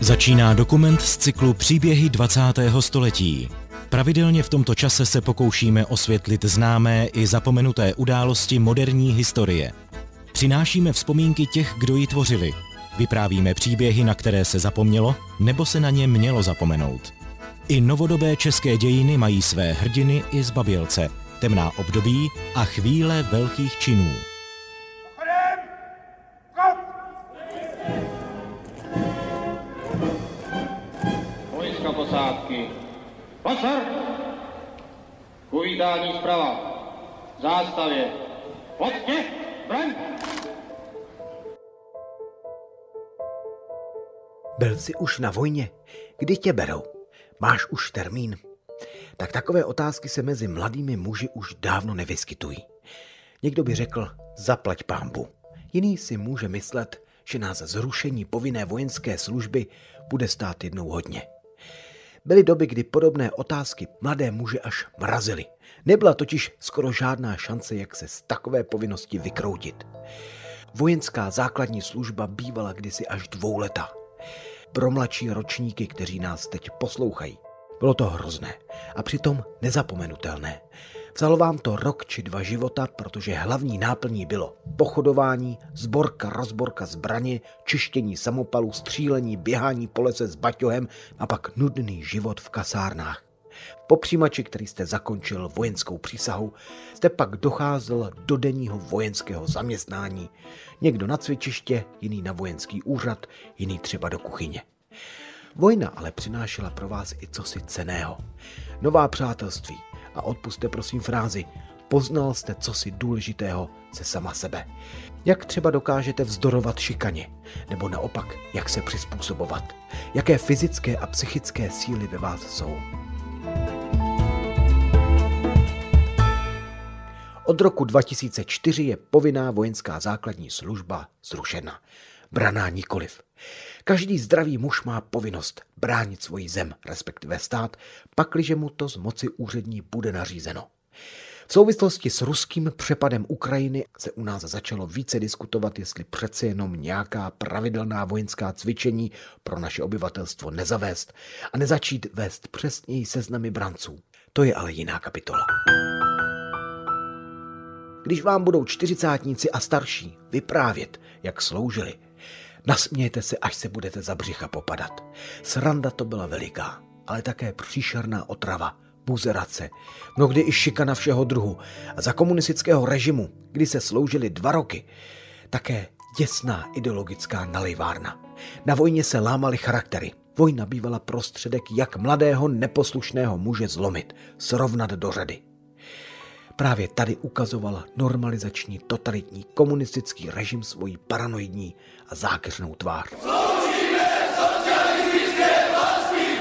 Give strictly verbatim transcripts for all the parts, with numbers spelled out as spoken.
Začíná dokument z cyklu Příběhy dvacátého století. Pravidelně v tomto čase se pokoušíme osvětlit známé i zapomenuté události moderní historie. Přinášíme vzpomínky těch, kdo ji tvořili. Vyprávíme příběhy, na které se zapomnělo, nebo se na ně mělo zapomenout. I novodobé české dějiny mají své hrdiny i zbabělce, temná období a chvíle velkých činů. Vojska posádky. Pozor! K uvítání zprava. Zástavě. Pojďte! Braň! Byl jsi už na vojně? Kdy tě berou? Máš už termín? Tak takové otázky se mezi mladými muži už dávno nevyskytují. Někdo by řekl, zaplať pánbu. Jiný si může myslet, že nás zrušení povinné vojenské služby bude stát jednou hodně. Byly doby, kdy podobné otázky mladé muže až mrazily. Nebyla totiž skoro žádná šance, jak se z takové povinnosti vykroutit. Vojenská základní služba bývala kdysi až dvouletá. Pro mladší ročníky, kteří nás teď poslouchají, bylo to hrozné a přitom nezapomenutelné. Vzalo vám to rok či dva života, protože hlavní náplní bylo pochodování, sborka, rozborka zbraně, čištění samopalů, střílení, běhání po lese s baťohem a pak nudný život v kasárnách. Po přijímači, který jste zakončil vojenskou přísahou, jste pak docházel do denního vojenského zaměstnání. Někdo na cvičiště, jiný na vojenský úřad, jiný třeba do kuchyně. Vojna ale přinášela pro vás i cosi cenného. Nová přátelství a odpusťte prosím frázi, poznal jste cosi důležitého ze sama sebe. Jak třeba dokážete vzdorovat šikaně, nebo naopak, jak se přizpůsobovat. Jaké fyzické a psychické síly ve vás jsou. Od roku dva tisíce čtyři je povinná vojenská základní služba zrušena. Braná nikoliv. Každý zdravý muž má povinnost bránit svoji zem, respektive stát, pakliže mu to z moci úřední bude nařízeno. V souvislosti s ruským přepadem Ukrajiny se u nás začalo více diskutovat, jestli přece jenom nějaká pravidelná vojenská cvičení pro naše obyvatelstvo nezavést a nezačít vést přesněji seznamy branců. To je ale jiná kapitola. Když vám budou čtyřicátníci a starší vyprávět, jak sloužili, nasmějte se, až se budete za břicha popadat. Sranda to byla veliká, ale také příšerná otrava, buzerace, mnohdy i šikana všeho druhu. A za komunistického režimu, kdy se sloužili dva roky, také děsná ideologická nalejvárna. Na vojně se lámaly charaktery. Vojna bývala prostředek, jak mladého neposlušného muže zlomit, srovnat do řady. Právě tady ukazoval normalizační totalitní komunistický režim svoji paranoidní a zákeřnou tvář. Sloužíme socialistické vlasti!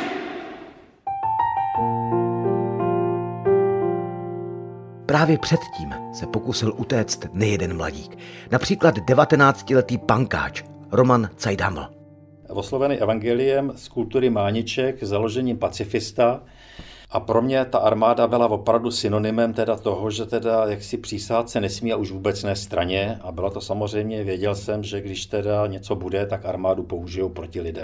Právě předtím se pokusil utéct nejeden mladík. Například devatenáctiletý pankáč Roman Cajdhaml. Oslovený evangeliem z kultury Mániček, založením pacifista. A pro mě ta armáda byla opravdu synonymem teda toho, že teda jaksi přísát se nesmí a už vůbec ne straně. A bylo to samozřejmě, věděl jsem, že když teda něco bude, tak armádu použijou proti lidem.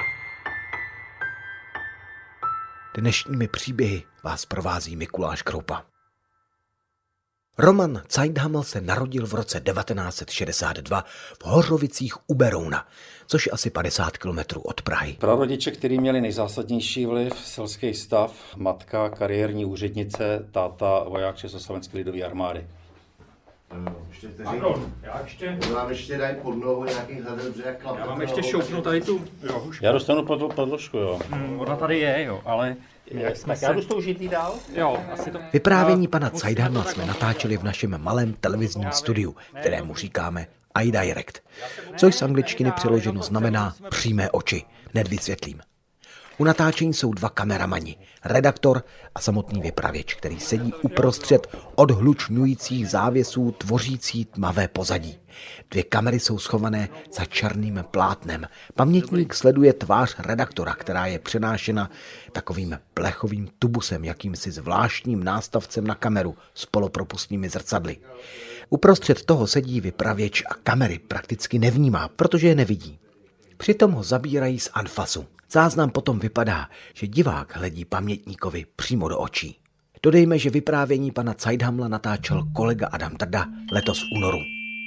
Dnešními příběhy vás provází Mikuláš Kroupa. Roman Cajdhaml se narodil v roce devatenáct set šedesát dva v Hořovicích u Berouna, což je asi padesát kilometrů od Prahy. Prarodiče, kteří měli nejzásadnější vliv, selský stav, matka, kariérní úřednice, táta, voják Československé lidové armády. Ještě Pardon, já ještě... Vám ještě dají pod nohu nějaký hledel břeh. Já vám ještě šoupnu tady tu rohušku. Já dostanu pod, podložku, jo. Hmm, ona tady je, jo, ale... Jak tak se... já jdu s tou židlí dál? Jo, asi to... Vyprávění pana Cajdhamla jsme natáčeli v našem malém televizním studiu, kterému říkáme iDirect, což z angličtiny přeloženo znamená přímé oči, hned vysvětlím. U natáčení jsou dva kameramani, redaktor a samotný vypravěč, který sedí uprostřed odhlučňujících závěsů tvořící tmavé pozadí. Dvě kamery jsou schované za černým plátnem. Pamětník sleduje tvář redaktora, která je přenášena takovým plechovým tubusem, jakýmsi zvláštním nástavcem na kameru s polopropustnými zrcadly. Uprostřed toho sedí vypravěč a kamery prakticky nevnímá, protože je nevidí. Přitom ho zabírají z anfasu. Záznam potom vypadá, že divák hledí pamětníkovi přímo do očí. Dodejme, že vyprávění pana Zeithamla natáčel kolega Adam Drda letos v únoru.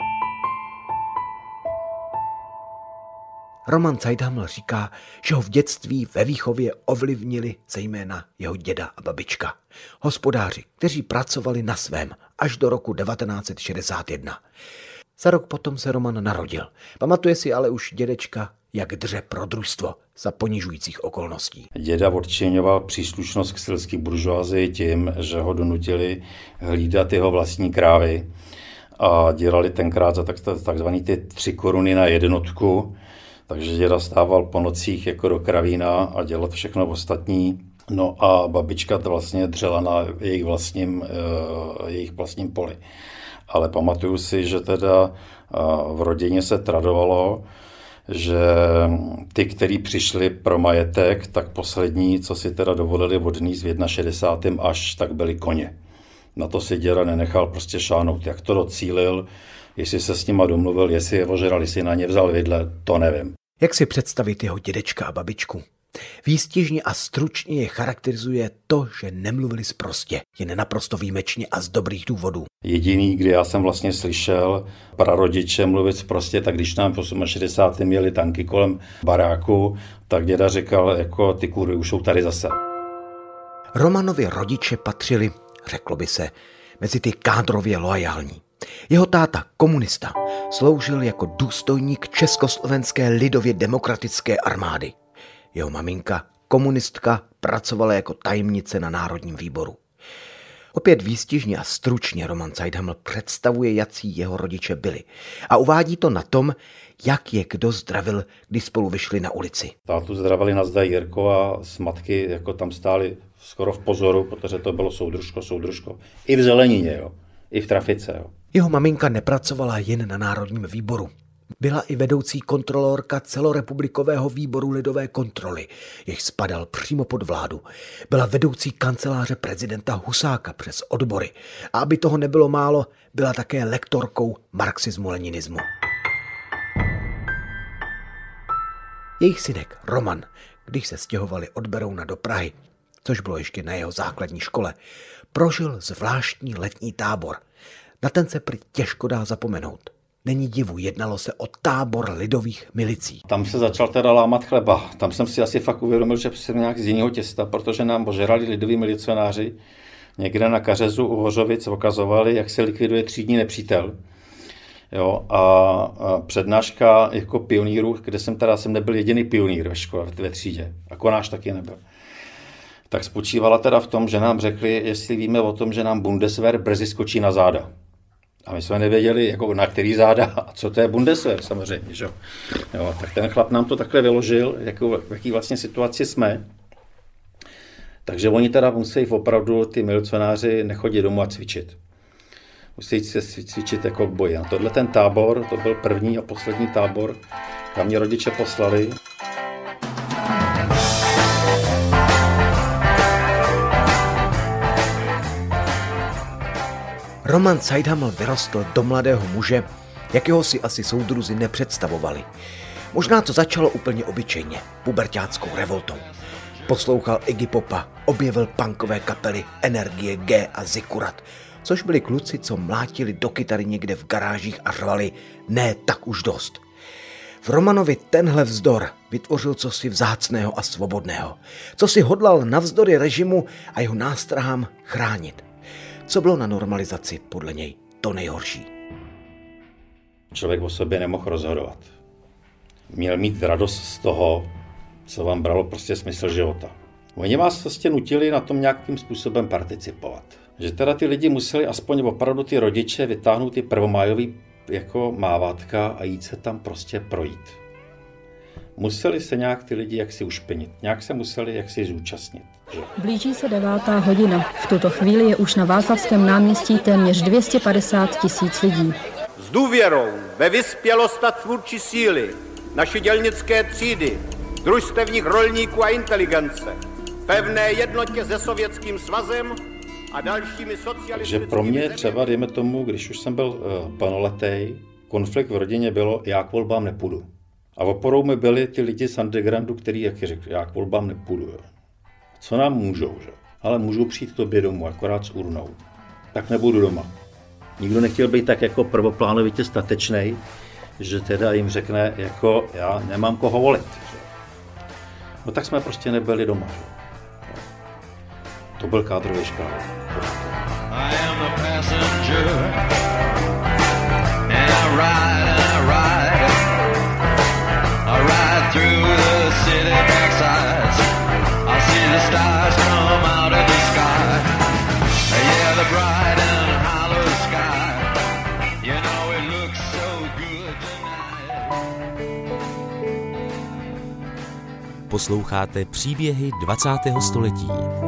Roman Zeithaml říká, že ho v dětství ve výchově ovlivnili zejména jeho děda a babička. Hospodáři, kteří pracovali na svém až do roku devatenáct set šedesát jedna. Za rok potom se Roman narodil. Pamatuje si ale už dědečka, jak dře pro družstvo za ponižujících okolností. Děda odčiňoval příslušnost k stilské buržoazii tím, že ho donutili hlídat jeho vlastní krávy a dělali tenkrát za takzvané ty tři koruny na jednotku. Takže děda stával po nocích jako do kravína a dělat všechno ostatní. No a babička to vlastně dřela na jejich vlastním, jejich vlastním poli. Ale pamatuju si, že teda v rodině se tradovalo, že ty, kteří přišli pro majetek, tak poslední, co si teda dovolili odníst v šedesátém prvním až, tak byli koně. Na to si děda nenechal prostě šáhnout. Jak to docílil, jestli se s nima domluvil, jestli je ožral, jestli na ně vzal vidle, to nevím. Jak si představit jeho dědečka a babičku? Výstižně a stručně je charakterizuje to, že nemluvili sprostě, jen naprosto výjimečně a z dobrých důvodů. Jediný, kdy já jsem vlastně slyšel prarodiče mluvit sprostě, tak když nám v šedesátém osmém měli tanky kolem baráku, tak děda říkal, jako ty kurvy už jsou tady zase. Romanovi rodiče patřili, řeklo by se, mezi ty kádrově loajální. Jeho táta, komunista, sloužil jako důstojník Československé lidově demokratické armády. Jeho maminka, komunistka, pracovala jako tajemnice na Národním výboru. Opět výstižně a stručně Roman Zeithaml představuje, jací jeho rodiče byli. A uvádí to na tom, jak je kdo zdravil, když spolu vyšli na ulici. Tátu zdravili nazdar Jirko a s matky jako tam stáli skoro v pozoru, protože to bylo soudružko, soudružko. I v zelenině, jo. I v trafice. Jo. Jeho maminka nepracovala jen na Národním výboru. Byla i vedoucí kontrolorka celorepublikového výboru lidové kontroly, jež spadal přímo pod vládu. Byla vedoucí kanceláře prezidenta Husáka přes odbory. A aby toho nebylo málo, byla také lektorkou marxismu-leninismu. Jejich synek Roman, když se stěhovali od Berouna do Prahy, což bylo ještě na jeho základní škole, prožil zvláštní letní tábor. Na ten se prý těžko dá zapomenout. Není divu, jednalo se o tábor lidových milicí. Tam se začal teda lámat chleba. Tam jsem si asi fakt uvědomil, že jsem nějak z jiného těsta, protože nám ožrali lidoví milicionáři. Někde na Kařezu u Hořovic ukazovali, jak se likviduje třídní nepřítel. Jo, a, a přednáška jako pionýrů, kde jsem teda jsem nebyl jediný pionýr ve škole, ve třídě. A konáš taky nebyl. Tak spočívala teda v tom, že nám řekli, jestli víme o tom, že nám Bundeswehr brzy skočí na záda. A my jsme nevěděli, jako na který záda a co to je Bundeswehr samozřejmě. Že? Jo, tak ten chlap nám to takhle vyložil, jako, v jaký vlastně situaci jsme. Takže oni teda musí opravdu, ty milicionáři, nechodit domů a cvičit. Musí se cvičit jako k boji. A tohle ten tábor, to byl první a poslední tábor, kam mě rodiče poslali. Roman Zeithaml vyrostl do mladého muže, jakého si asi soudruzi nepředstavovali. Možná to začalo úplně obyčejně, puberťáckou revoltou. Poslouchal Iggy Popa, objevil punkové kapely Energie G a Zikurat, což byli kluci, co mlátili do kytary někde v garážích a řvali ne, tak už dost. V Romanovi tenhle vzdor vytvořil cosi vzácného a svobodného, co si hodlal navzdory režimu a jeho nástrahám chránit. Co bylo na normalizaci podle něj to nejhorší? Člověk o sobě nemohl rozhodovat. Měl mít radost z toho, co vám bralo prostě smysl života. Oni vás prostě nutili na tom nějakým způsobem participovat. Že teda ty lidi museli aspoň opravdu ty rodiče vytáhnout ty prvomájový jako mávátka a jít se tam prostě projít. Museli se nějak ty lidi jaksi ušpinit, nějak se museli jaksi zúčastnit. Že? Blíží se devátá hodina. V tuto chvíli je už na Václavském náměstí téměř dvě stě padesát tisíc lidí. S důvěrou ve vyspělost a tvůrčí síly naší dělnické třídy, družstevních rolníků a inteligence, pevné jednotě se Sovětským svazem a dalšími socialistickými... Takže pro mě třeba, dejme tomu, když už jsem byl uh, plnoletý, konflikt v rodině bylo, já k volbám nepůjdu. A oporou mi byli ty lidi z undergroundu, který jak řekli, já k volbám nepůjdu. Jo. Co nám můžou, že? Ale můžou přijít k tobě domů, akorát s urnou. Tak nebudu doma. Nikdo nechtěl být tak jako prvoplánovitě statečnej, že teda jim řekne, jako já nemám koho volit. Že? No tak jsme prostě nebyli doma. Že? To byl kádrový škál. I am the passenger and I ride and I ride I ride through the city backsides I see the stars come out of the sky yeah the bright and hollow sky you know it looks so good tonight. Posloucháte příběhy dvacátého století.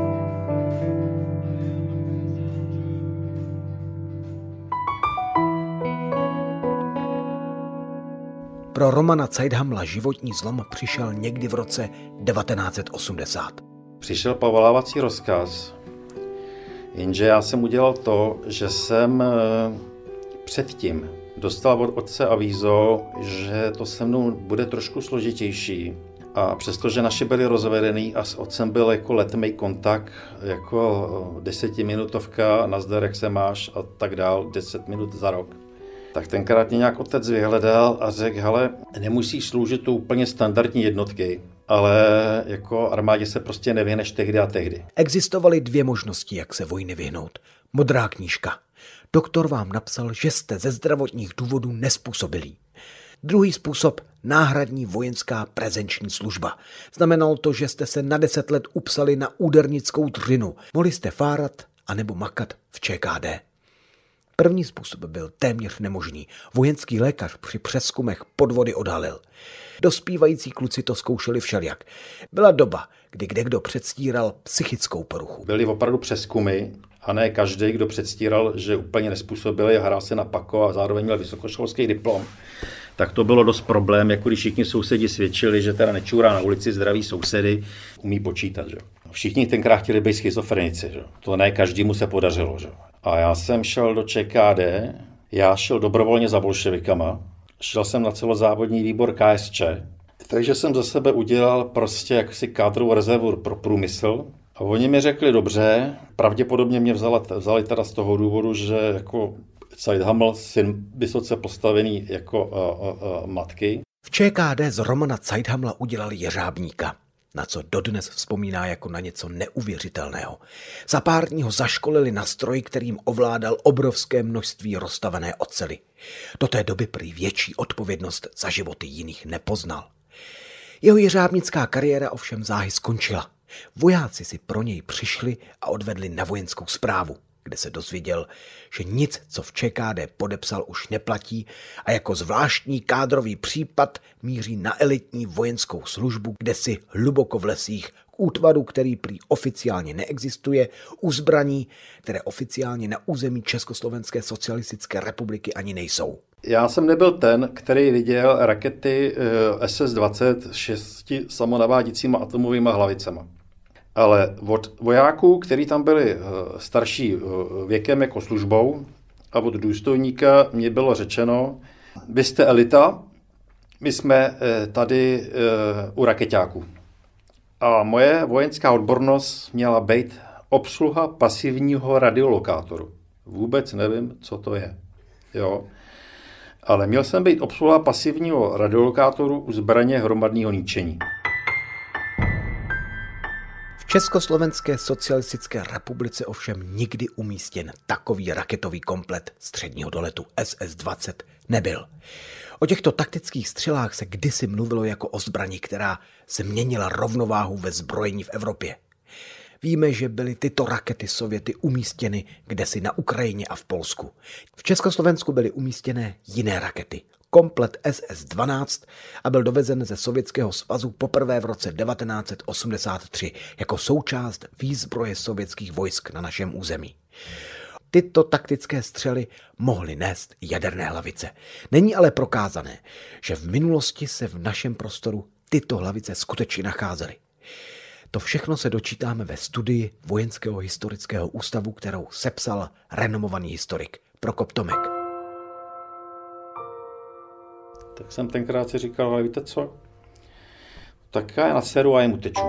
Pro Romana Zeithamla životní zlom přišel někdy v roce devatenáct set osmdesát. Přišel povolávací rozkaz, jenže já jsem udělal to, že jsem předtím dostal od otce avízo, že to se mnou bude trošku složitější. A přestože naši byli rozvedený a s otcem byl jako letmej kontakt, jako desetiminutovka, nazdar, jak se máš a tak dál, deset minut za rok. Tak tenkrát mě nějak otec vyhledal a řekl, hele, nemusíš sloužit tu úplně standardní jednotky, ale jako armádě se prostě nevyhneš tehdy a tehdy. Existovaly dvě možnosti, jak se vojny vyhnout. Modrá knížka. Doktor vám napsal, že jste ze zdravotních důvodů nezpůsobilí. Druhý způsob, náhradní vojenská prezenční služba. Znamenalo to, že jste se na deset let upsali na údernickou dřinu. Mohli jste fárat anebo makat v ČKD. První způsob byl téměř nemožný. Vojenský lékař při přezkumech podvody odhalil. Dospívající kluci to zkoušeli všelijak. Byla doba, kdy kdekdo předstíral psychickou poruchu. Byly opravdu přezkumy a ne každý, kdo předstíral, že úplně nezpůsobilý a hrál se na pako a zároveň měl vysokoškolský diplom. Tak to bylo dost problém, jako když všichni sousedi svědčili, že teda nečůrá na ulici zdraví sousedy, umí počítat. Že? Všichni tenkrát chtěli být schizofrenici. Že? To ne každému se podařilo. Že? A já jsem šel do ČKD, já šel dobrovolně za bolševikama, šel jsem na celozávodní výbor K S Č, takže jsem za sebe udělal prostě jaksi kádrovou rezervu pro průmysl. A oni mi řekli, dobře, pravděpodobně mě vzali, vzali teda z toho důvodu, že jako Zeithaml, syn vysoce postavený jako uh, uh, uh, matky. V ČKD z Romana Zeithamla udělali jeřábníka, na co dodnes vzpomíná jako na něco neuvěřitelného. Za pár dní ho zaškolili na stroj, kterým ovládal obrovské množství roztavené oceli. Do té doby prý větší odpovědnost za životy jiných nepoznal. Jeho jeřábnická kariéra ovšem záhy skončila. Vojáci si pro něj přišli a odvedli na vojenskou správu, kde se dozvěděl, že nic, co v ČKD podepsal, už neplatí a jako zvláštní kádrový případ míří na elitní vojenskou službu, kde si hluboko v lesích k útvaru, který prý oficiálně neexistuje, u zbraní, které oficiálně na území Československé socialistické republiky ani nejsou. Já jsem nebyl ten, který viděl rakety S S dvacet s šesti samonavádícíma atomovými hlavicema. Ale od vojáků, kteří tam byli starší věkem jako službou a od důstojníka mě bylo řečeno, vy jste elita, my jsme tady u rakeťáků. A moje vojenská odbornost měla být obsluha pasivního radiolokátoru. Vůbec nevím, co to je. Jo. Ale měl jsem být obsluha pasivního radiolokátoru u zbraně hromadného ničení. V Československé socialistické republice ovšem nikdy umístěn takový raketový komplet středního doletu S S dvacet nebyl. O těchto taktických střelách se kdysi mluvilo jako o zbrani, která změnila rovnováhu ve zbrojení v Evropě. Víme, že byly tyto rakety Sověty umístěny kdesi na Ukrajině a v Polsku. V Československu byly umístěné jiné rakety. Komplet S S dvanáct a byl dovezen ze Sovětského svazu poprvé v roce devatenáct set osmdesát tři jako součást výzbroje sovětských vojsk na našem území. Tyto taktické střely mohly nést jaderné hlavice. Není ale prokázané, že v minulosti se v našem prostoru tyto hlavice skutečně nacházely. To všechno se dočítáme ve studii Vojenského historického ústavu, kterou sepsal renomovaný historik Prokop Tomek. Tak jsem tenkrát si říkal, ale víte co? Tak já na seru a jim uteču.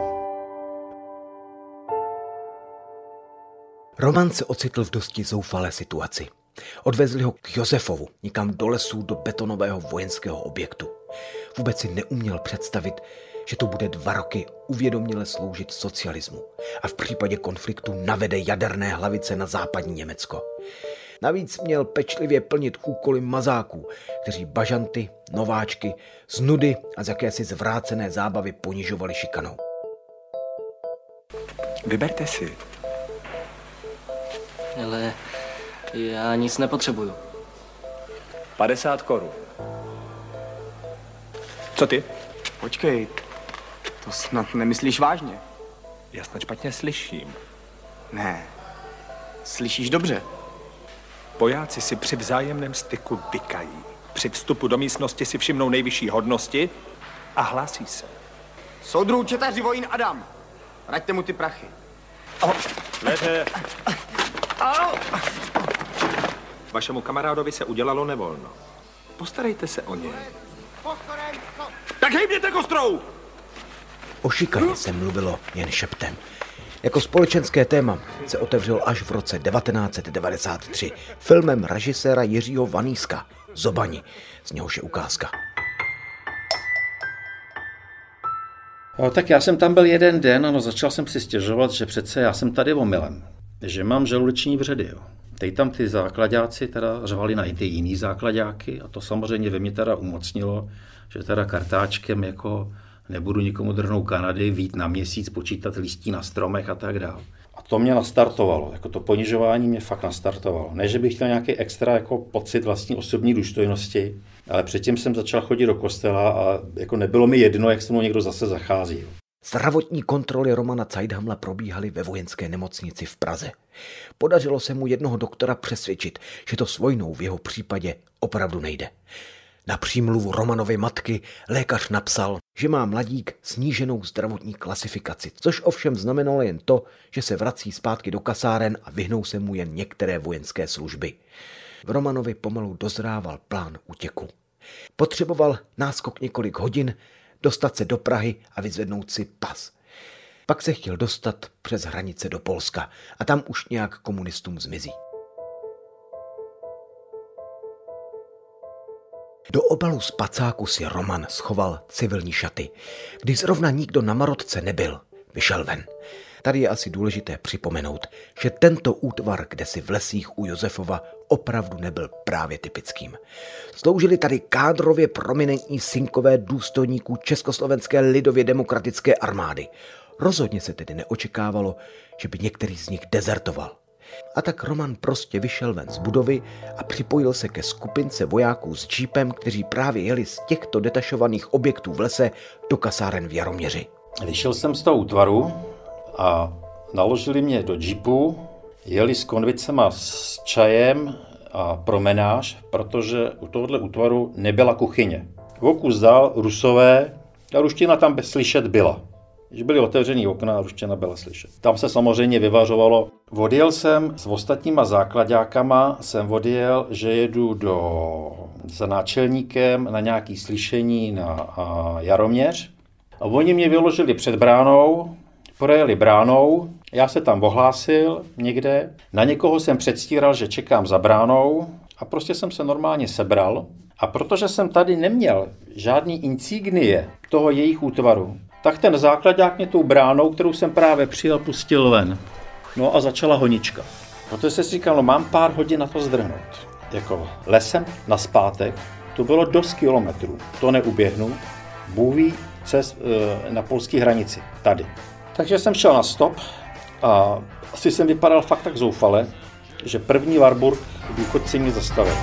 Roman se ocitl v dosti zoufalé situaci. Odvezli ho k Josefovu, nikam do lesů, do betonového vojenského objektu. Vůbec si neuměl představit, že to bude dva roky uvědoměle sloužit socialismu a v případě konfliktu navede jaderné hlavice na západní Německo. Navíc měl pečlivě plnit úkoly mazáků, kteří bažanty, nováčky, z nudy a z jakési zvrácené zábavy ponižovali šikanou. Vyberte si. Ale já nic nepotřebuju. padesát korun. Co ty? Počkej, to snad nemyslíš vážně? Já snad špatně slyším. Ne, slyšíš dobře. Vojáci si při vzájemném styku vykají. Při vstupu do místnosti si všimnou nejvyšší hodnosti a hlásí se. Soudruh četaři vojín Adam, vraťte mu ty prachy. Oh. Leže. Oh. Vašemu kamarádovi se udělalo nevolno. Postarejte se o něj. Tak hejbněte kostrou! O šikaně se mluvilo jen šeptem. Jako společenské téma se otevřel až v roce devatenáct set devadesát tři filmem režiséra Jiřího Vaníska Zobani, z něhož je ukázka. No, tak já jsem tam byl jeden den a no, začal jsem si stěžovat, že přece já jsem tady omylem, že mám žaludeční vředy. Jo. Teď tam ty základáci teda řvali na ty jiný základáky a to samozřejmě ve mně teda umocnilo, že teda kartáčkem jako nebudu nikomu drhnout Kanady, vít na měsíc, počítat listí na stromech a tak dále. A to mě nastartovalo, jako to ponižování mě fakt nastartovalo. Ne, že bych chtěl nějaký extra jako pocit vlastní osobní důstojnosti, ale předtím jsem začal chodit do kostela a jako nebylo mi jedno, jak se mnou někdo zase zachází. Zdravotní kontroly Romana Zeithamla probíhaly ve vojenské nemocnici v Praze. Podařilo se mu jednoho doktora přesvědčit, že to s vojnou v jeho případě opravdu nejde. Na přímluvu Romanovy matky lékař napsal, že má mladík sníženou zdravotní klasifikaci, což ovšem znamenalo jen to, že se vrací zpátky do kasáren a vyhnou se mu jen některé vojenské služby. V Romanovi pomalu dozrával plán útěku. Potřeboval náskok několik hodin, dostat se do Prahy a vyzvednout si pas. Pak se chtěl dostat přes hranice do Polska a tam už nějak komunistům zmizí. Do obalu spacáku si Roman schoval civilní šaty. Když zrovna nikdo na Marotce nebyl, vyšel ven. Tady je asi důležité připomenout, že tento útvar, kde si v lesích u Josefova, opravdu nebyl právě typickým. Sloužili tady kádrově prominentní synkové důstojníků Československé lidově demokratické armády. Rozhodně se tedy neočekávalo, že by některý z nich dezertoval. A tak Roman prostě vyšel ven z budovy a připojil se ke skupince vojáků s džípem, kteří právě jeli z těchto detašovaných objektů v lese do kasáren v Jaroměři. Vyšel jsem z toho útvaru a naložili mě do džipu, jeli s konvicema s čajem a promenáž, protože u tohohle útvaru nebyla kuchyně. O kus dál Rusové, a ruština tam bez slyšet byla. Když byly otevřený okna a ruština byla slyšet. Tam se samozřejmě vyvařovalo. Odjel jsem s ostatníma základákama, jsem odjel, že jedu do, za náčelníkem na nějaké slyšení na a, Jaroměř. A oni mě vyložili před bránou, projeli bránou, já se tam ohlásil někde, na někoho jsem předstíral, že čekám za bránou a prostě jsem se normálně sebral. A protože jsem tady neměl žádný insignie toho jejich útvaru, tak ten základák mě tou bránou, kterou jsem právě přijel, pustil ven. No a začala honička. Protože jsem si říkal, no mám pár hodin na to zdrhnout. Jako lesem nazpátek, to bylo dost kilometrů. To neuběhnu. Bůh ví, cest na polské hranici, tady. Takže jsem šel na stop a asi jsem vypadal fakt tak zoufale, že první Warburg důchodci mě zastavil.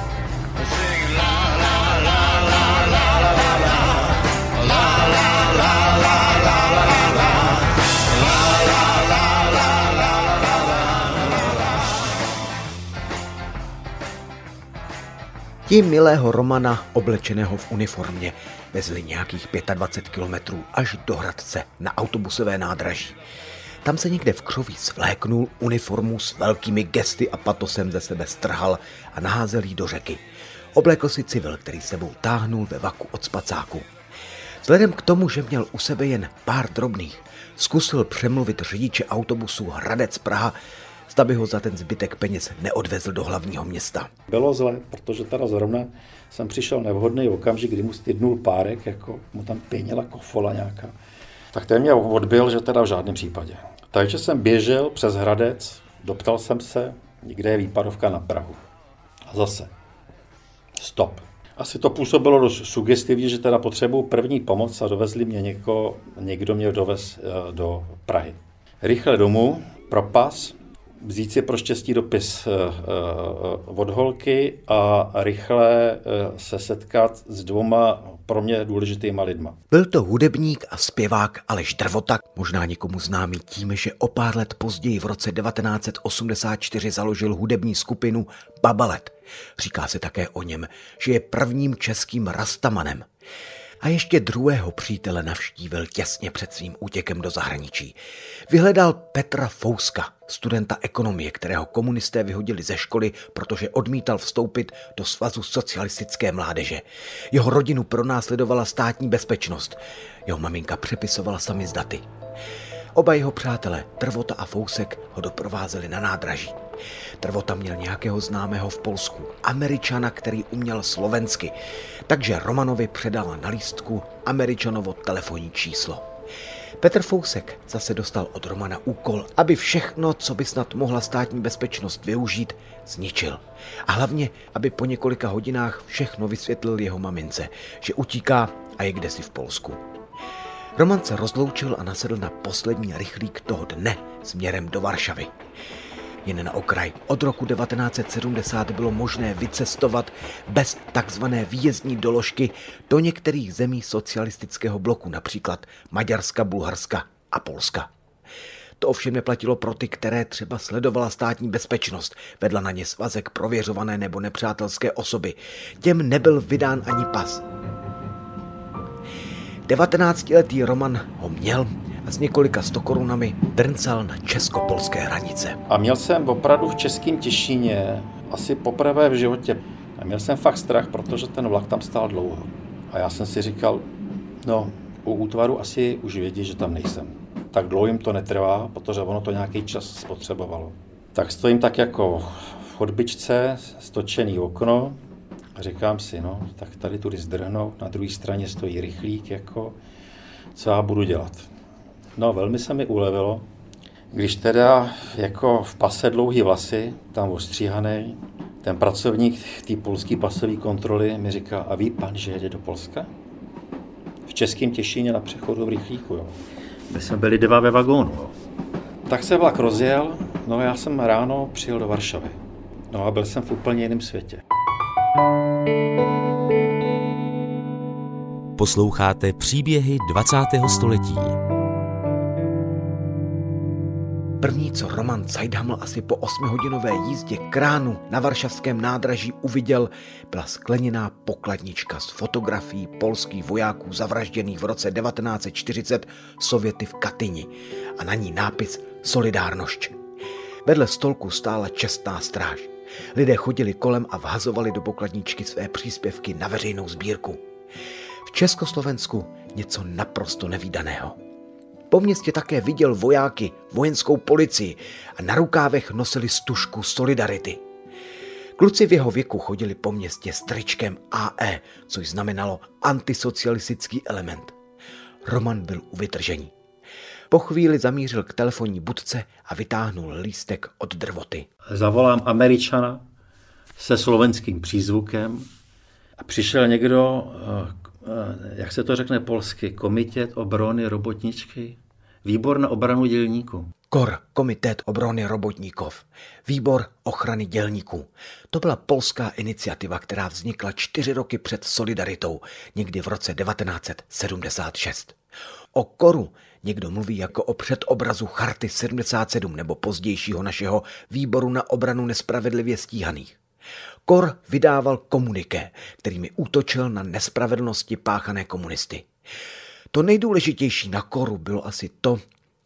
Ti milého Romana, oblečeného v uniformě, vezli nějakých dvacet pět kilometrů až do Hradce na autobusové nádraží. Tam se někde v křoví svléknul, uniformu s velkými gesty a patosem ze sebe strhal a naházel jí do řeky. Oblekl si civil, který sebou táhnul ve vaku od spacáku. Vzhledem k tomu, že měl u sebe jen pár drobných, zkusil přemluvit řidiče autobusu Hradec Praha, zda by ho za ten zbytek peněz neodvezl do hlavního města. Bylo zle, protože teda zrovna jsem přišel nevhodný okamžik, kdy mu stydnul párek, jako mu tam pěnila kofola nějaká. Tak ten mě odbil, že teda v žádném případě. Takže jsem běžel přes Hradec, doptal jsem se, kde je výpadovka na Prahu. A zase. Stop. Asi to působilo dost sugestivně, že teda potřebuji první pomoc a dovezli mě něko, někdo mě dovez do Prahy. Rychle domů, propas, vzít si pro štěstí dopis od holky a rychle se setkat s dvoma pro mě důležitýma lidma. Byl to hudebník a zpěvák Aleš Drvota, možná někomu známý tím, že o pár let později v roce devatenáct set osmdesát čtyři založil hudební skupinu Babalet. Říká se také o něm, že je prvním českým rastamanem. A ještě druhého přítele navštívil těsně před svým útěkem do zahraničí. Vyhledal Petra Fouska, studenta ekonomie, kterého komunisté vyhodili ze školy, protože odmítal vstoupit do Svazu socialistické mládeže. Jeho rodinu pronásledovala státní bezpečnost. Jeho maminka přepisovala samizdaty. Oba jeho přátelé, Drvota a Fousek, ho doprovázeli na nádraží. Drvota měl nějakého známého v Polsku, Američana, který uměl slovensky, takže Romanovi předala na lístku Američanovo telefonní číslo. Petr Fousek zase dostal od Romana úkol, aby všechno, co by snad mohla státní bezpečnost využít, zničil. A hlavně, aby po několika hodinách všechno vysvětlil jeho mamince, že utíká a je kdesi v Polsku. Roman se rozloučil a nasedl na poslední rychlík toho dne směrem do Varšavy. Jen na okraj, od roku devatenáct set sedmdesát bylo možné vycestovat bez takzvané výjezdní doložky do některých zemí socialistického bloku, například Maďarska, Bulharska a Polska. To ovšem neplatilo pro ty, které třeba sledovala státní bezpečnost, vedla na ně svazek prověřované nebo nepřátelské osoby. Těm nebyl vydán ani pas. devatenáctiletý Roman ho měl a s několika stokorunami drncal na česko-polské hranice. A měl jsem opravdu v Českém Těšíně asi poprvé v životě. A měl jsem fakt strach, protože ten vlak tam stál dlouho. A já jsem si říkal, no, u útvaru asi už vědí, že tam nejsem. Tak dlouho jim to netrvá, protože ono to nějaký čas spotřebovalo. Tak stojím tak jako v chodbičce, stočený okno, a říkám si, no, tak tady tudy zdrhnout, na druhé straně stojí rychlík, jako, co já budu dělat. No, velmi se mi ulevilo, když teda jako v pase dlouhý vlasy, tam ostříhaný, ten pracovník té polské pasové kontroly mi říká, a ví pan, že jede do Polska? V Českém Těšíně na přechodu v rychlíku, jo. My jsme byli dva ve vagónu, jo. Tak se vlak rozjel, no a já jsem ráno přijel do Varšavy. No a byl jsem v úplně jiném světě. Posloucháte příběhy dvacátého století. První, co Roman Zeidhaml asi po osmihodinové jízdě kránu na varšavském nádraží uviděl, byla skleněná pokladnička s fotografií polských vojáků zavražděných v roce devatenáct set čtyřicet Sověty v Katyni a na ní nápis Solidárnosť. Vedle stolku stála čestná stráž. Lidé chodili kolem a vhazovali do pokladničky své příspěvky na veřejnou sbírku. V Československu něco naprosto nevídaného. Po městě také viděl vojáky, vojenskou policii a na rukávech nosili stužku Solidarity. Kluci v jeho věku chodili po městě s tričkem A E, což znamenalo antisocialistický element. Roman byl u vytržení. Po chvíli zamířil k telefonní budce a vytáhnul lístek od Drvoty. Zavolám Američana se slovenským přízvukem a přišel někdo, jak se to řekne polsky, Komitet obrany robotničky, výbor na obranu dělníků. KOR, Komitet obrany robotníkov, výbor ochrany dělníků. To byla polská iniciativa, která vznikla čtyři roky před Solidaritou, někdy v roce devatenáct set sedmdesát šest. O KORu někdo mluví jako o předobrazu Charty sedmdesát sedm nebo pozdějšího našeho výboru na obranu nespravedlivě stíhaných. KOR vydával komuniké, kterými útočil na nespravedlnosti páchané komunisty. To nejdůležitější na KORu bylo asi to,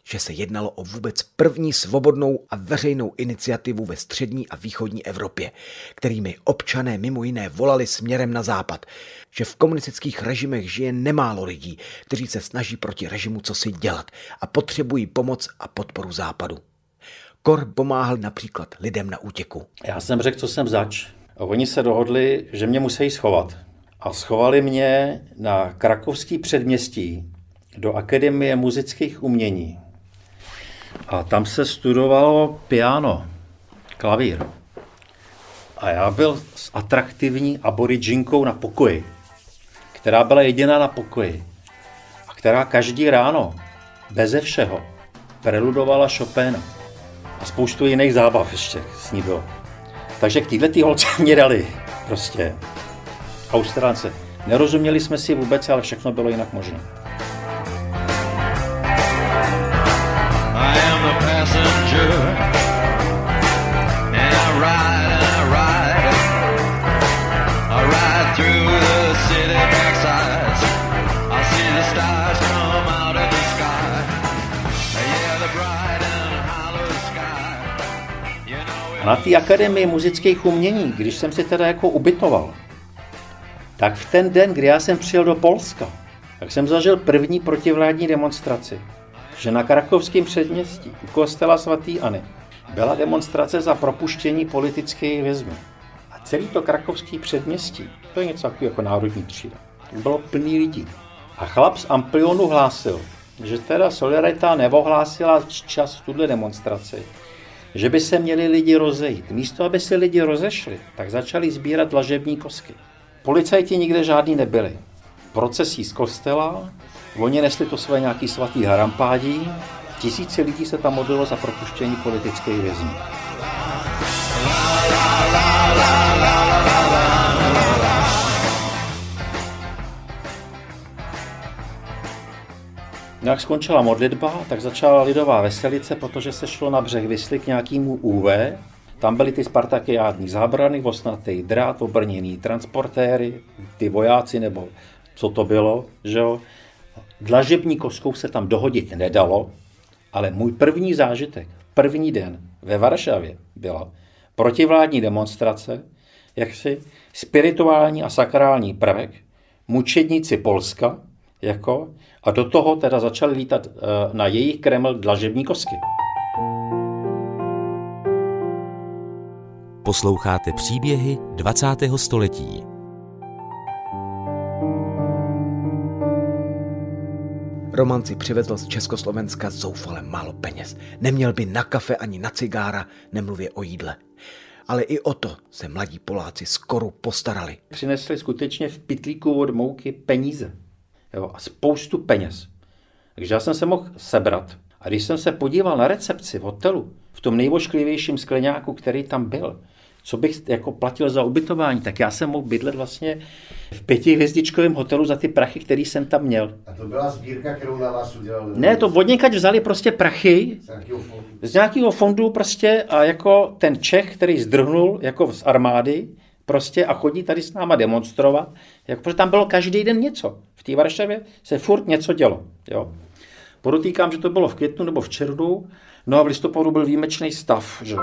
že se jednalo o vůbec první svobodnou a veřejnou iniciativu ve střední a východní Evropě, kterými občané mimo jiné volali směrem na západ, že v komunistických režimech žije nemálo lidí, kteří se snaží proti režimu cosi dělat a potřebují pomoc a podporu západu. Kor pomáhal například lidem na útěku. Já jsem řekl, co jsem zač. A oni se dohodli, že mě musí schovat. A schovali mě na krakovský předměstí do Akademie muzických umění. A tam se studovalo piano, klavír. A já byl s atraktivní aboridžinkou na pokoji, která byla jediná na pokoji a která každý ráno, beze všeho, preludovala Chopina a spoustu jiných zábav ještě s ní bylo. Takže k této holce mě dali prostě Austrálce. Nerozuměli jsme si vůbec, ale všechno bylo jinak možné. A na té Akademii muzických umění, když jsem si teda jako ubytoval, tak v ten den, kdy já jsem přijel do Polska, tak jsem zažil první protivládní demonstraci, že na krakovském předměstí u kostela svatý Anny byla demonstrace za propuštění politických vězňů. A celý to krakovský předměstí, to je něco jako národní třída, to bylo plný lidí. A chlap z Amplionu hlásil, že teda Solidarita neohlásila čas tuhle demonstraci, že by se měli lidi rozejít. Místo, aby se lidi rozešli, tak začali sbírat dlažební kostky. Policajti nikde žádní nebyli. Procesí z kostela, oni nesli to své nějaký svatý harampádí, tisíce lidí se tam modlilo za propuštění politických vězňů. Jak skončila modlitba, tak začala lidová veselice, protože se šlo na břeh Visly k nějakému U V. Tam byly ty spartakiádní zábrany, osnatý drát, obrněný transportéry, ty vojáci, nebo co to bylo, že jo. Dlažební kostkou se tam dohodit nedalo, ale můj první zážitek, první den ve Varšavě byla protivládní demonstrace, jaksi spirituální a sakrální prvek, mučedníci Polska, jako, a do toho teda začali lítat na jejich Kreml dlažební kostky. Posloucháte příběhy dvacátého století. Roman si přivezl z Československa zoufale málo peněz. Neměl by na kafe ani na cigára, nemluvě o jídle. Ale i o to se mladí Poláci skoru postarali. Přinesli skutečně v pytlíku od mouky peníze. Jo, a spoustu peněz. Takže já jsem se mohl sebrat. A když jsem se podíval na recepci v hotelu, v tom nejvošklivějším skleňáku, který tam byl, co bych jako platil za ubytování, tak já jsem mohl bydlet vlastně v pětihvězdičkovém hotelu za ty prachy, který jsem tam měl. A to byla sbírka, kterou na vás udělal? Ne, to odněkač vzali prostě prachy z nějakého fondu, z nějakého fondu prostě a jako ten Čech, který zdrhnul jako z armády, prostě a chodí tady s náma demonstrovat, jako, protože tam bylo každý den něco. V té Varšavě se furt něco dělo. Jo. Podotýkám, že to bylo v květnu nebo v červnu, no a v listopadu byl výjimečný stav. Že?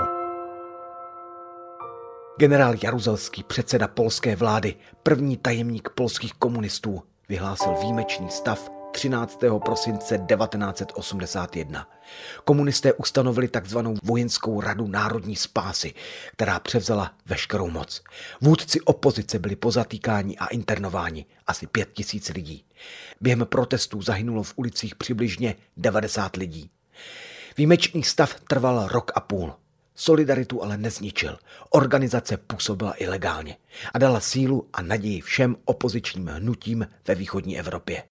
Generál Jaruzelský, předseda polské vlády, první tajemník polských komunistů, vyhlásil výjimečný stav třináctého prosince devatenáct set osmdesát jedna. Komunisté ustanovili takzvanou vojenskou radu národní spásy, která převzala veškerou moc. Vůdci opozice byli pozatýkáni a internováni, asi pět tisíc lidí. Během protestů zahynulo v ulicích přibližně devadesát lidí. Výjimečný stav trval rok a půl. Solidaritu ale nezničil. Organizace působila ilegálně a dala sílu a naději všem opozičním hnutím ve východní Evropě.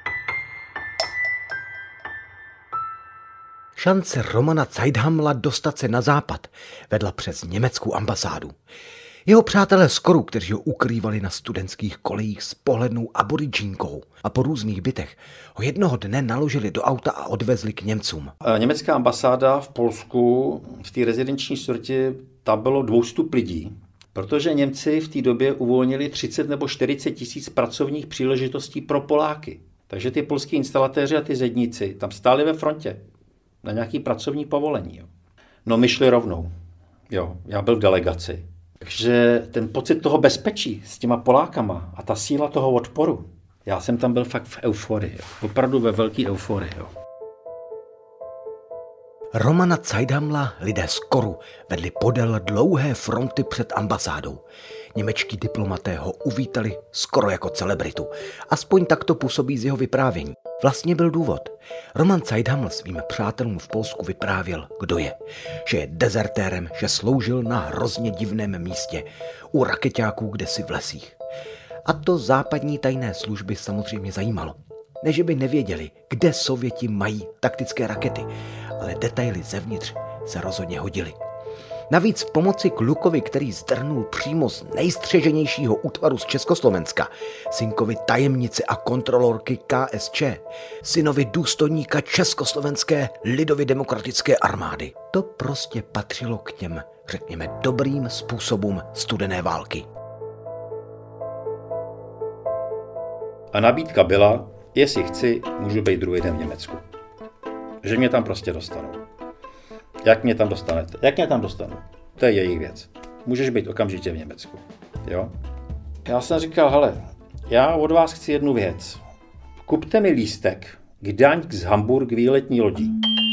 Šance Romana Zeithamla dostat se na západ vedla přes německou ambasádu. Jeho přátelé z Koru, kteří ho ukrývali na studentských kolejích s pohlednou aboridžínkou a po různých bytech, ho jednoho dne naložili do auta a odvezli k Němcům. Německá ambasáda v Polsku, v té rezidenční čtvrti, tam bylo dvoustup lidí, protože Němci v té době uvolnili třicet nebo čtyřicet tisíc pracovních příležitostí pro Poláky. Takže ty polský instalatéři a ty zedníci tam stáli ve frontě. na nějaký pracovní povolení. Jo. No my šli rovnou. Jo, já byl v delegaci. Takže ten pocit toho bezpečí s těma Polákama a ta síla toho odporu, já jsem tam byl fakt v euforii. Jo. Opravdu ve velké euforii. Jo. Romana Zeidhamla lidé z Koru vedli podél dlouhé fronty před ambasádou. Němečtí diplomaté ho uvítali skoro jako celebritu. Aspoň tak to působí z jeho vyprávění. Vlastně byl důvod. Roman Zeidhaml svým přátelům v Polsku vyprávěl, kdo je. Že je dezertérem, že sloužil na hrozně divném místě, u rakeťáků kdesi v lesích. A to západní tajné služby samozřejmě zajímalo. Ne, že by nevěděli, kde Sověti mají taktické rakety, ale detaily zevnitř se rozhodně hodily. Navíc v pomoci klukovi, který zdrnul přímo z nejstřeženějšího útvaru z Československa, synkovi tajemnice a kontrolorky K S Č, synovi důstojníka Československé lidově demokratické armády. To prostě patřilo k těm, řekněme, dobrým způsobům studené války. A nabídka byla, jestli chci, můžu být druhý den v Německu. Že mě tam prostě dostanou. Jak mě tam dostanete? Jak mě tam dostanu? To je jejich věc. Můžeš být okamžitě v Německu. Jo? Já jsem říkal, hele, já od vás chci jednu věc. Kupte mi lístek Gdaňsk z Hamburg výletní lodí.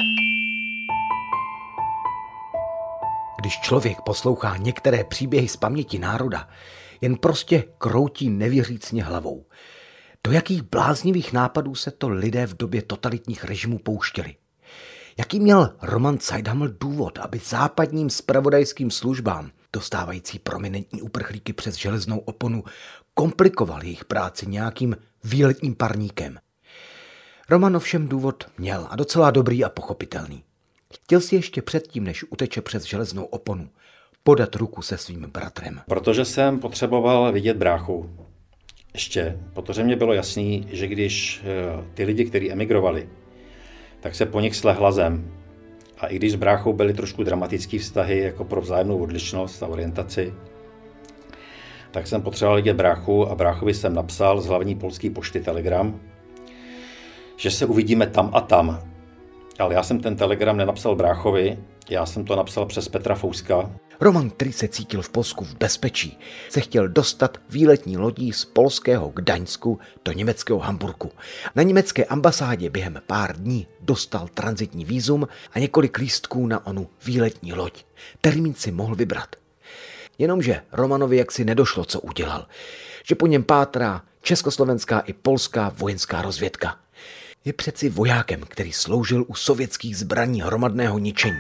Když člověk poslouchá některé příběhy z paměti národa, jen prostě kroutí nevěřícně hlavou. Do jakých bláznivých nápadů se to lidé v době totalitních režimů pouštěli? Jaký měl Roman Zeidhaml důvod, aby západním zpravodajským službám, dostávající prominentní uprchlíky přes železnou oponu, komplikoval jejich práci nějakým výletním parníkem? Roman ovšem důvod měl a docela dobrý a pochopitelný. Chtěl si ještě předtím, než uteče přes železnou oponu, podat ruku se svým bratrem. Protože jsem potřeboval vidět bráchu. Ještě, protože mě bylo jasný, že když ty lidi, kteří emigrovali, tak se po nich slehla zem. A i když s bráchou byly trošku dramatický vztahy jako pro vzájemnou odlišnost a orientaci, tak jsem potřeboval vidět bráchu a bráchovi jsem napsal z hlavní polské pošty telegram, že se uvidíme tam a tam. Ale já jsem ten telegram nenapsal bráchovi, já jsem to napsal přes Petra Fouska. Roman, který se cítil v Polsku v bezpečí, se chtěl dostat výletní lodí z polského Gdaňsku do německého Hamburku. Na německé ambasádě během pár dní dostal tranzitní vízum a několik lístků na onu výletní loď. Termín si mohl vybrat. Jenomže Romanovi jaksi nedošlo, co udělal. Že po něm pátrá československá i polská vojenská rozvědka. Je přeci vojákem, který sloužil u sovětských zbraní hromadného ničení.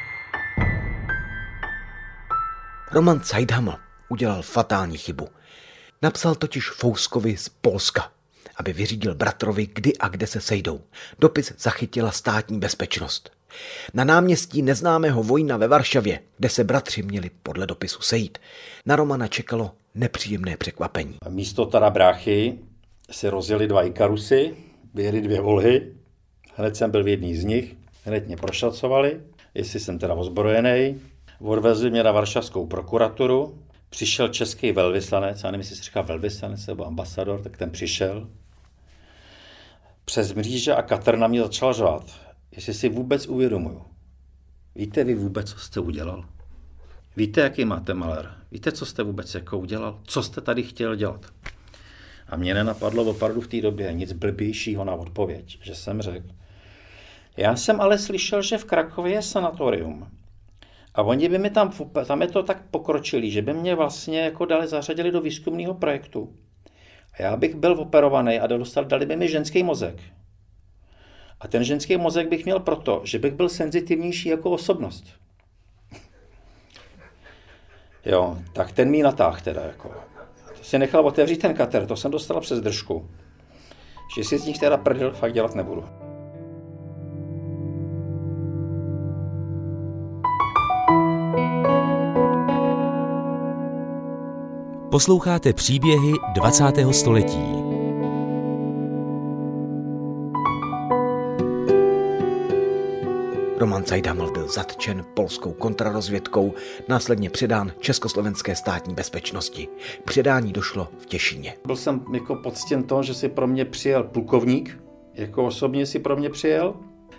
Roman Zeidhaml udělal fatální chybu. Napsal totiž Fouskovi z Polska, aby vyřídil bratrovi, kdy a kde se sejdou. Dopis zachytila státní bezpečnost. Na náměstí neznámého vojína ve Varšavě, kde se bratři měli podle dopisu sejít, na Romana čekalo nepříjemné překvapení. A místo teda bráchy se rozjeli dva Ikarusy, vyjeli dvě volhy, hned jsem byl v jedný z nich, hned mě prošacovali, jestli jsem teda ozbrojený. Odvezli mě na varšavskou prokuraturu, přišel český velvyslanec, já nevím, jestli se říká velvyslanec nebo ambasador, tak ten přišel. Přes mříže a katr na mě začal řvát, jestli si vůbec uvědomuju. Víte vy vůbec, co jste udělal? Víte, jaký máte malér? Víte, co jste vůbec jako udělal? Co jste tady chtěl dělat? A mě nenapadlo opravdu v té době nic blbějšího na odpověď, že jsem řekl. Já jsem ale slyšel, že v Krakově je sanatorium. A oni by mi tam, tam je to tak pokročilý, že by mě vlastně jako dali, zařadili do výzkumného projektu. A já bych byl operovaný a dostal, dali by mi ženský mozek. A ten ženský mozek bych měl proto, že bych byl senzitivnější jako osobnost. Jo, tak ten mi natáh teda jako. To si nechal otevřít ten kater, to jsem dostal přes držku. Že si z nich teda prdel fakt dělat nebudu. Posloucháte příběhy dvacátého století. Roman Zeidhaml byl zatčen polskou kontrarozvědkou, následně předán československé státní bezpečnosti. K předání došlo v Těšíně. Byl jsem jako poctěn toho, že si pro mě přijel plukovník, jako osobně si pro mě přijel.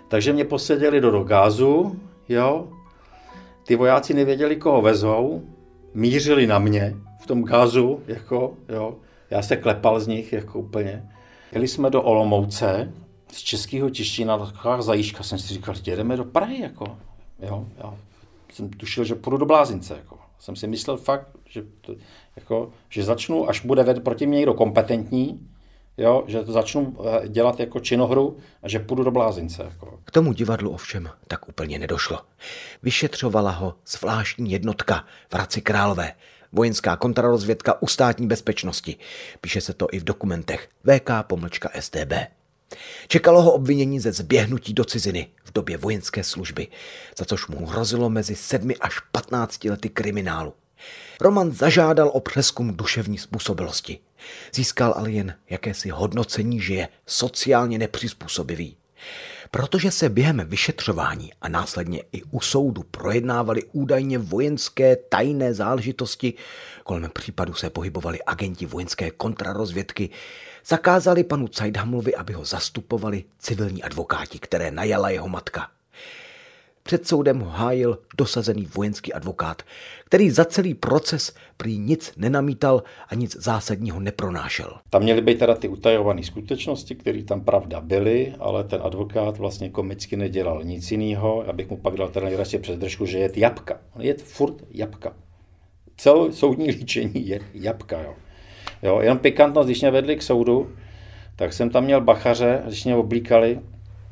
Takže mě posadili do, do gázu, jo. Ty vojáci nevěděli, koho vezou, mířili na mě v tom gázu, jako, jo. Já se klepal z nich, jako úplně. Jeli jsme do Olomouce, z Českého Těšína, taková zajížka, jsem si říkal, že jedeme do Prahy, jako, jo. Já jsem tušil, že půjdu do Blázince, jako. Jsem si myslel fakt, že, to, jako, že začnu, až bude ved proti mě někdo kompetentní, jo, že to začnu dělat jako činohru a že půjdu do Blázince. Jako. K tomu divadlu ovšem tak úplně nedošlo. Vyšetřovala ho zvláštní jednotka v Hradci Králové, vojenská kontrarozvědka u státní bezpečnosti. Píše se to i v dokumentech V K pomlčka S T B. Čekalo ho obvinění ze zběhnutí do ciziny v době vojenské služby, za což mu hrozilo mezi sedmi až patnácti lety kriminálu. Roman zažádal o přezkum duševní způsobilosti. Získal ale jen jakési hodnocení, že je sociálně nepřizpůsobivý. Protože se během vyšetřování a následně i u soudu projednávaly údajně vojenské tajné záležitosti, kolem případu se pohybovali agenti vojenské kontrarozvědky, zakázali panu Zeithamlovi, aby ho zastupovali civilní advokáti, které najala jeho matka. Před soudem ho hájil dosazený vojenský advokát, který za celý proces prý nic nenamítal a nic zásadního nepronášel. Tam měly být teda ty utajované skutečnosti, které tam pravda byly, ale ten advokát vlastně komicky nedělal nic jiného. Já bych mu pak dal teda nejradši přes držku, že je jabka. On je furt jabka. Celé soudní líčení je jabka. Jo. Jo, jenom pikantnost, když mě vedli k soudu, tak jsem tam měl bachaře, když mě oblíkali,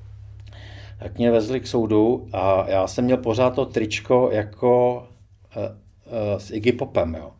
tak mě vezli k soudu a já jsem měl pořád to tričko jako uh, uh, s Iggy Popem, jo.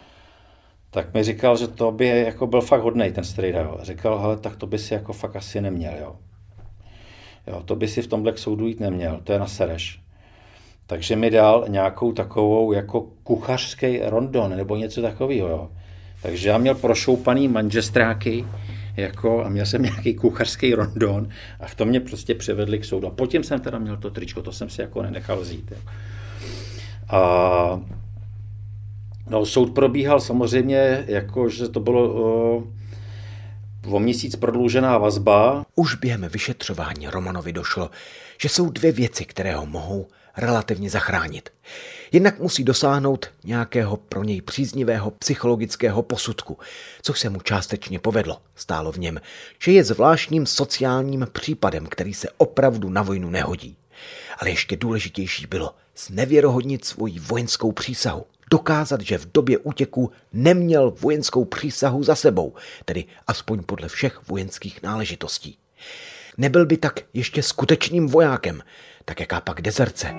Tak mi říkal, že to by jako byl fakt hodnej ten strejda, jo. Říkal, hele, tak to by si jako fakt asi neměl, jo. Jo, to by si v tomhle k soudu jít neměl, to je na sereš. Takže mi dal nějakou takovou jako kuchařský rondon nebo něco takového, jo. Takže já měl prošoupaný manžestráky, jako, a měl jsem nějaký kuchařský rondon a v tom mě prostě převedli k soudu. A potom jsem teda měl to tričko, to jsem si jako nenechal vzít. Jo. A no, soud probíhal samozřejmě, jako, že to bylo o, o měsíc prodloužená vazba. Už během vyšetřování Romanovi došlo, že jsou dvě věci, které ho mohou relativně zachránit. Jednak musí dosáhnout nějakého pro něj příznivého psychologického posudku, což se mu částečně povedlo. Stálo v něm, že je zvláštním sociálním případem, který se opravdu na vojnu nehodí. Ale ještě důležitější bylo znevěrohodnit svoji vojenskou přísahu. Dokázat, že v době útěku neměl vojenskou přísahu za sebou, tedy aspoň podle všech vojenských náležitostí. Nebyl by tak ještě skutečným vojákem, tak jaká pak dezerce.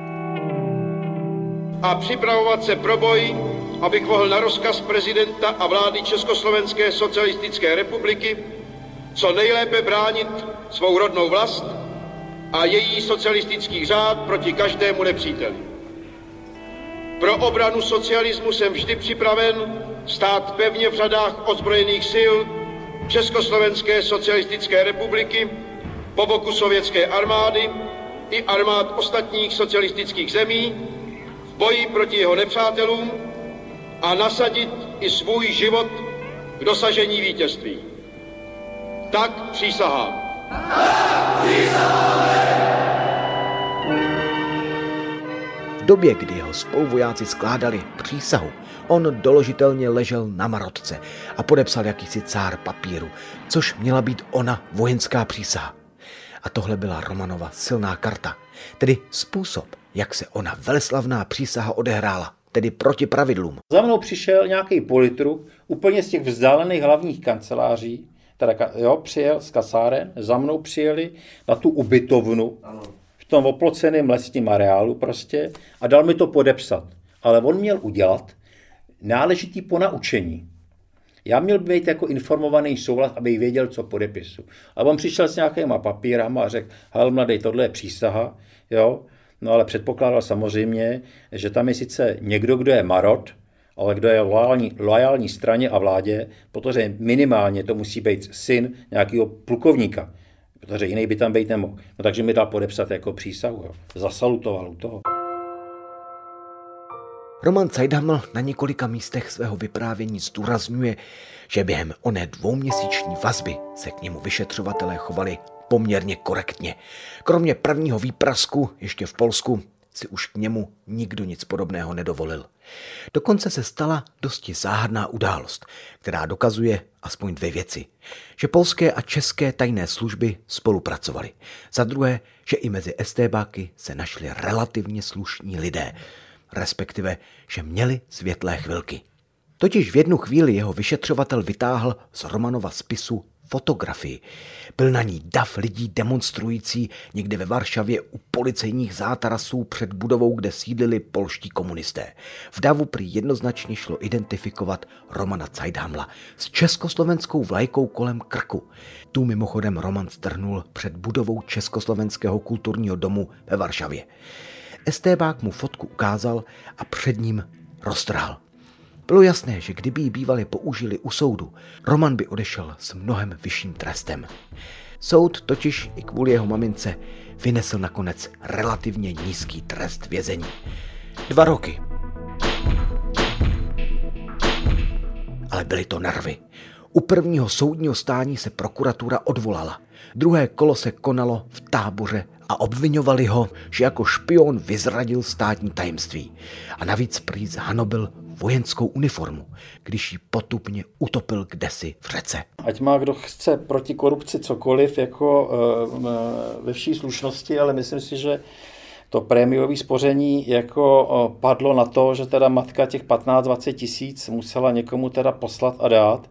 A připravovat se pro boj, abych mohl na rozkaz prezidenta a vlády Československé socialistické republiky co nejlépe bránit svou rodnou vlast a její socialistický řád proti každému nepříteli. Pro obranu socialismu jsem vždy připraven stát pevně v řadách ozbrojených sil Československé socialistické republiky po boku sovětské armády i armád ostatních socialistických zemí v boji proti jeho nepřátelům a nasadit i svůj život k dosažení vítězství. Tak přísahám. V době, kdy jeho spoluvojáci skládali přísahu, on doložitelně ležel na marotce a podepsal jakýsi cár papíru, což měla být ona vojenská přísaha. A tohle byla Romanova silná karta, tedy způsob, jak se ona veleslavná přísaha odehrála, tedy proti pravidlům. Za mnou přišel nějaký politruk, úplně z těch vzdálených hlavních kanceláří, teda, jo, přijel z kasáren, za mnou přijeli na tu ubytovnu, ano. V tom oploceném lesním areálu prostě a dal mi to podepsat. Ale on měl udělat náležitý ponaučení. Já měl být jako informovaný souhlas, aby věděl, co podepisu. A on přišel s nějakýma papírama a řekl, hele mladej, tohle je přísaha, jo. No ale předpokládal samozřejmě, že tam je sice někdo, kdo je marot, ale kdo je loajální, loajální straně a vládě, protože minimálně to musí být syn nějakého plukovníka, protože jiný by tam být nemohl. No takže mi dal podepsat jako přísahu, jo. Zasalutoval u toho. Roman Zeidhaml na několika místech svého vyprávění zdůrazňuje, že během oné dvouměsíční vazby se k němu vyšetřovatelé chovali poměrně korektně. Kromě prvního výprasku ještě v Polsku si už k němu nikdo nic podobného nedovolil. Dokonce se stala dosti záhadná událost, která dokazuje aspoň dvě věci. Že polské a české tajné služby spolupracovaly. Za druhé, že i mezi estébáky se našli relativně slušní lidé, respektive, že měli světlé chvilky. Totiž v jednu chvíli jeho vyšetřovatel vytáhl z Romanova spisu fotografii. Byl na ní dav lidí demonstrující někde ve Varšavě u policejních zátarasů před budovou, kde sídlili polští komunisté. V davu prý jednoznačně šlo identifikovat Romana Zeidhamla s československou vlajkou kolem krku. Tu mimochodem Roman strhnul před budovou Československého kulturního domu ve Varšavě. Estébák mu fotku ukázal a před ním roztrhal. Bylo jasné, že kdyby ji bývali použili u soudu, Roman by odešel s mnohem vyšším trestem. Soud totiž i kvůli jeho mamince vynesl nakonec relativně nízký trest vězení. Dva roky. Ale byly to nervy. U prvního soudního stání se prokuratura odvolala. Druhé kolo se konalo v Táboře a obviňovali ho, že jako špion vyzradil státní tajemství. A navíc prý zhanobil vojenskou uniformu, když ji potupně utopil kdesi v řece. Ať má kdo chce proti korupci cokoliv, jako e, ve vší slušnosti, ale myslím si, že to prémiové spoření jako padlo na to, že teda matka těch patnáct dvacet tisíc musela někomu teda poslat a dát,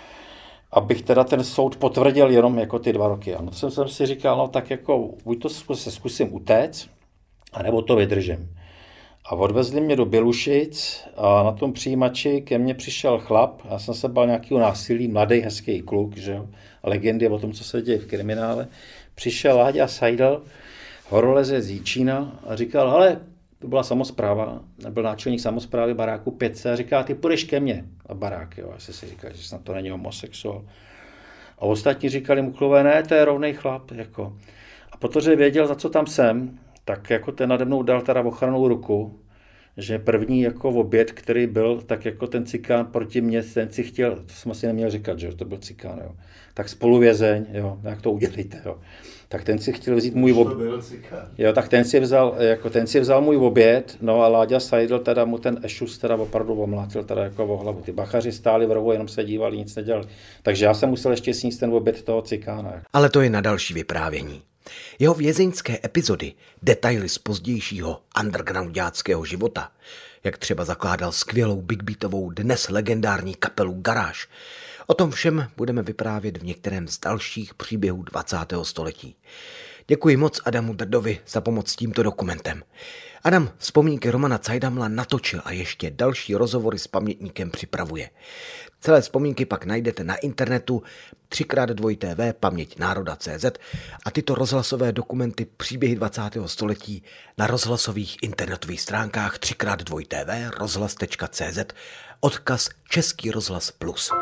abych teda ten soud potvrdil jenom jako ty dva roky. A no jsem, jsem si říkal, no tak jako buď to se zkusím utéct, anebo to vydržím. A odvezli mě do Bělušic a na tom přijímači ke mně přišel chlap, já jsem se bál nějakého násilí, mladý, hezký kluk, že jo, legendy o tom, co se děje v kriminále. Přišel Láďa Seidl, horolezec z Jíčína a říkal, hele, to byla samospráva, byl náčelník samosprávy baráku pět set a říká, ty půjdeš ke mně a barák, jo, já si říkal, že snad to není homosexuál. A ostatní říkali mu klové, ne, to je rovnej chlap, jako. A protože věděl, za co tam jsem, tak jako ten nade mnou dal teda ochrannou ruku, že první jako oběd, který byl, tak jako ten cikán proti mně, ten si chtěl, to jsem asi neměl říkat, že to byl cikán, jo. Tak spoluvězeň, jo, jak to udělíte, jo. Tak ten si chtěl vzít můj oběd. Jo, tak ten si vzal, jako ten si vzal můj oběd, no a Láďa Seidl teda mu ten ešus teda opravdu omlátil teda jako o hlavu. Ty bachaři stáli v rohu, jenom se dívali, nic nedělali. Takže já jsem musel ještě sníst ten oběd toho cikána. Ale to je na další vyprávění. Jeho vězeňské epizody, detaily z pozdějšího undergroundáckého života, jak třeba zakládal skvělou big beatovou dnes legendární kapelu Garáž, o tom všem budeme vyprávět v některém z dalších příběhů dvacátého století. Děkuji moc Adamu Drdovi za pomoc s tímto dokumentem. Adam vzpomínky Romana Zeidhamla natočil a ještě další rozhovory s pamětníkem připravuje. Celé vzpomínky pak najdete na internetu tři krát dvojité té vé paměť národa tečka cé zet a tyto rozhlasové dokumenty příběhy dvacátého století na rozhlasových internetových stránkách tři krát dvojité té vé rozhlas tečka cé zet, odkaz Český rozhlas plus.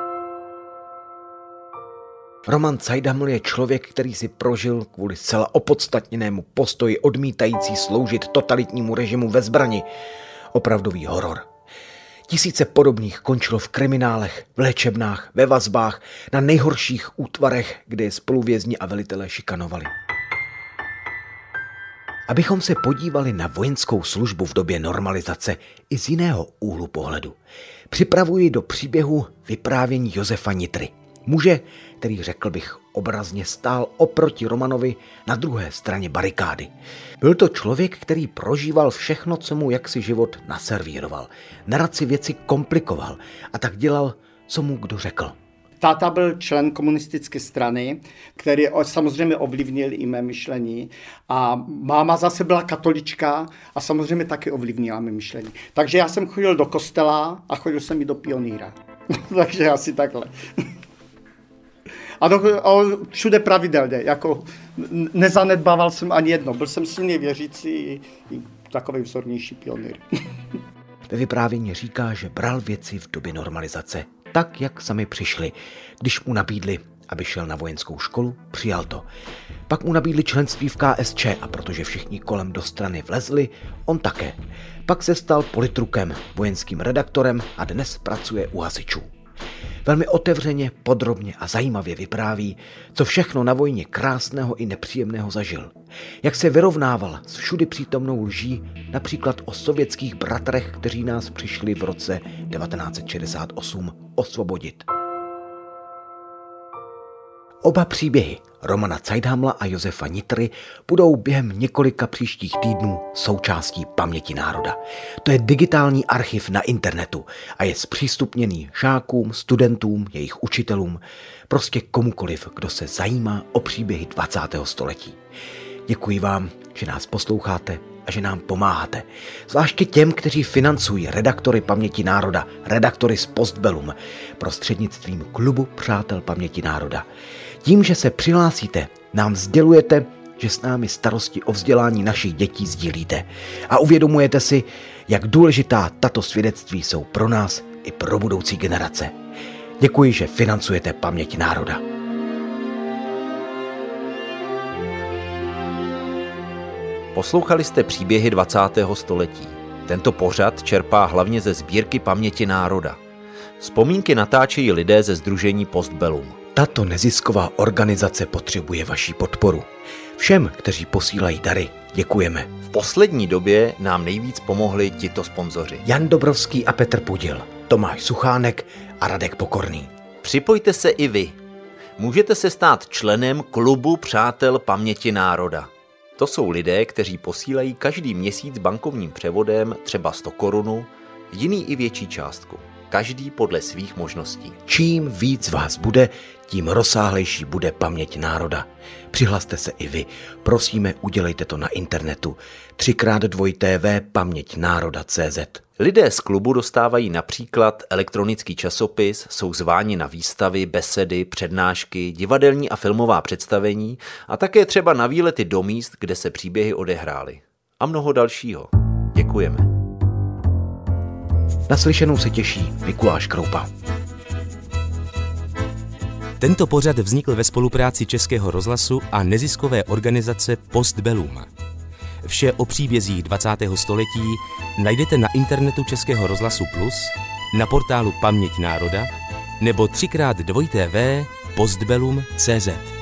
Roman Zeidhaml je člověk, který si prožil kvůli zcela opodstatněnému postoji odmítající sloužit totalitnímu režimu ve zbrani opravdový horor. Tisíce podobných končilo v kriminálech, v léčebnách, ve vazbách, na nejhorších útvarech, kde je spoluvězni a velitelé šikanovali. Abychom se podívali na vojenskou službu v době normalizace i z jiného úhlu pohledu, připravuji do příběhu vyprávění Josefa Nitry. Muže, který řekl bych obrazně stál oproti Romanovi na druhé straně barikády. Byl to člověk, který prožíval všechno, co mu jaksi život naservíroval. Nerad si věci komplikoval a tak dělal, co mu kdo řekl. Táta byl člen komunistické strany, který samozřejmě ovlivnil i mé myšlení. A máma zase byla katolička a samozřejmě taky ovlivnila mé myšlení. Takže já jsem chodil do kostela a chodil jsem i do pionýra. Takže asi takhle. A, do, a všude pravidelně, jako nezanedbával jsem ani jedno. Byl jsem silně věřící i, i takový vzornější pionýr. Ve vyprávění říká, že bral věci v době normalizace tak, jak sami přišli, když mu nabídli, aby šel na vojenskou školu, přijal to. Pak mu nabídli členství v K S Č a protože všichni kolem do strany vlezli, on také. Pak se stal politrukem, vojenským redaktorem a dnes pracuje u hasičů. Velmi otevřeně, podrobně a zajímavě vypráví, co všechno na vojně krásného i nepříjemného zažil. Jak se vyrovnával s všudy přítomnou lží, například o sovětských bratrech, kteří nás přišli v roce devatenáct set šedesát osm osvobodit. Oba příběhy Romana Zeithamla a Josefa Nitry budou během několika příštích týdnů součástí Paměti národa. To je digitální archiv na internetu a je zpřístupněný žákům, studentům, jejich učitelům, prostě komukoliv, kdo se zajímá o příběhy dvacátého století. Děkuji vám, že nás posloucháte a že nám pomáháte. Zvláště těm, kteří financují redaktory Paměti národa, redaktory z Postbellum, prostřednictvím Klubu přátel Paměti národa. Tím, že se přihlásíte, nám sdělujete, že s námi starosti o vzdělání našich dětí sdílíte a uvědomujete si, jak důležitá tato svědectví jsou pro nás i pro budoucí generace. Děkuji, že financujete Paměť národa. Poslouchali jste příběhy dvacátého století. Tento pořad čerpá hlavně ze sbírky Paměti národa. Vzpomínky natáčejí lidé ze sdružení Postbellum. Tato nezisková organizace potřebuje vaši podporu. Všem, kteří posílají dary, děkujeme. V poslední době nám nejvíc pomohli tito sponzoři. Jan Dobrovský a Petr Pudil, Tomáš Suchánek a Radek Pokorný. Připojte se i vy. Můžete se stát členem Klubu přátel Paměti národa. To jsou lidé, kteří posílají každý měsíc bankovním převodem třeba sto korun, jiný i větší částku. Každý podle svých možností. Čím víc vás bude, tím rozsáhlejší bude Paměť národa. Přihlaste se i vy. Prosíme, udělejte to na internetu. třikrát dvojité vé paměť národa tečka cé zet. Lidé z klubu dostávají například elektronický časopis, jsou zváni na výstavy, besedy, přednášky, divadelní a filmová představení a také třeba na výlety do míst, kde se příběhy odehrály. A mnoho dalšího. Děkujeme. Naslyšenou se těší Mikuláš Kroupa. Tento pořad vznikl ve spolupráci Českého rozhlasu a neziskové organizace Postbellum. Vše o příbězích dvacátého století najdete na internetu Českého rozhlasu Plus, na portálu Paměť národa nebo třikrát dvojité vé postbellum tečka cé zet.